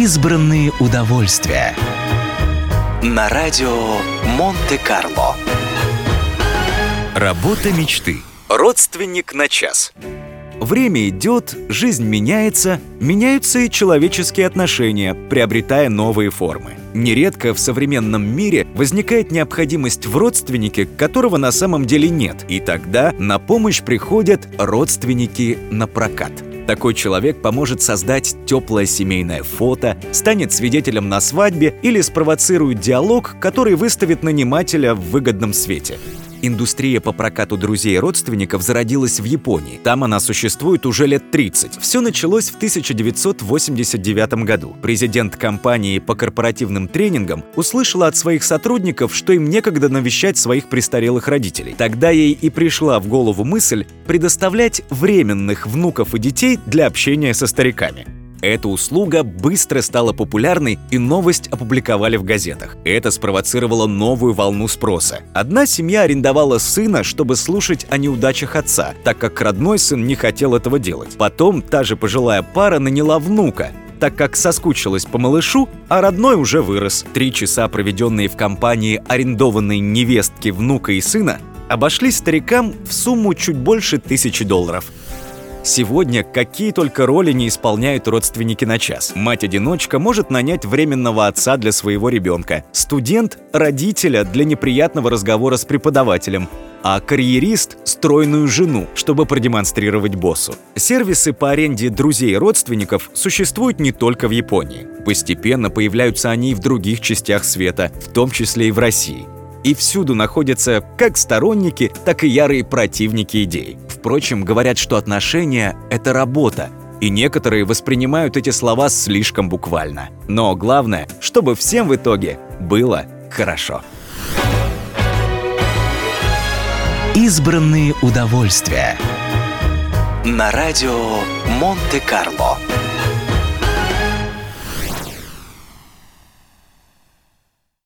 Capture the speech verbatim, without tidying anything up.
Избранные удовольствия. На радио Монте-Карло. Работа мечты. Родственник на час. Время идет, жизнь меняется, меняются и человеческие отношения, приобретая новые формы. Нередко в современном мире возникает необходимость в родственнике, которого на самом деле нет, и тогда на помощь приходят родственники на прокат. Такой человек поможет создать теплое семейное фото, станет свидетелем на свадьбе или спровоцирует диалог, который выставит нанимателя в выгодном свете. Индустрия по прокату друзей и родственников зародилась в Японии. Там она существует уже лет тридцать. Все началось в тысяча девятьсот восемьдесят девятом году. Президент компании по корпоративным тренингам услышала от своих сотрудников, что им некогда навещать своих престарелых родителей. Тогда ей и пришла в голову мысль предоставлять временных внуков и детей для общения со стариками. Эта услуга быстро стала популярной, и новость опубликовали в газетах. Это спровоцировало новую волну спроса. Одна семья арендовала сына, чтобы слушать о неудачах отца, так как родной сын не хотел этого делать. Потом та же пожилая пара наняла внука, так как соскучилась по малышу, а родной уже вырос. Три часа, проведенные в компании арендованной невестки, внука и сына, обошлись старикам в сумму чуть больше тысячи долларов. Сегодня какие только роли не исполняют родственники на час. Мать-одиночка может нанять временного отца для своего ребенка, студент – родителя для неприятного разговора с преподавателем, а карьерист – стройную жену, чтобы продемонстрировать боссу. Сервисы по аренде друзей и родственников существуют не только в Японии. Постепенно появляются они и в других частях света, в том числе и в России. И всюду находятся как сторонники, так и ярые противники идей. Впрочем, говорят, что отношения – это работа, и некоторые воспринимают эти слова слишком буквально. Но главное, чтобы всем в итоге было хорошо. Избранные удовольствия. На радио Монте-Карло.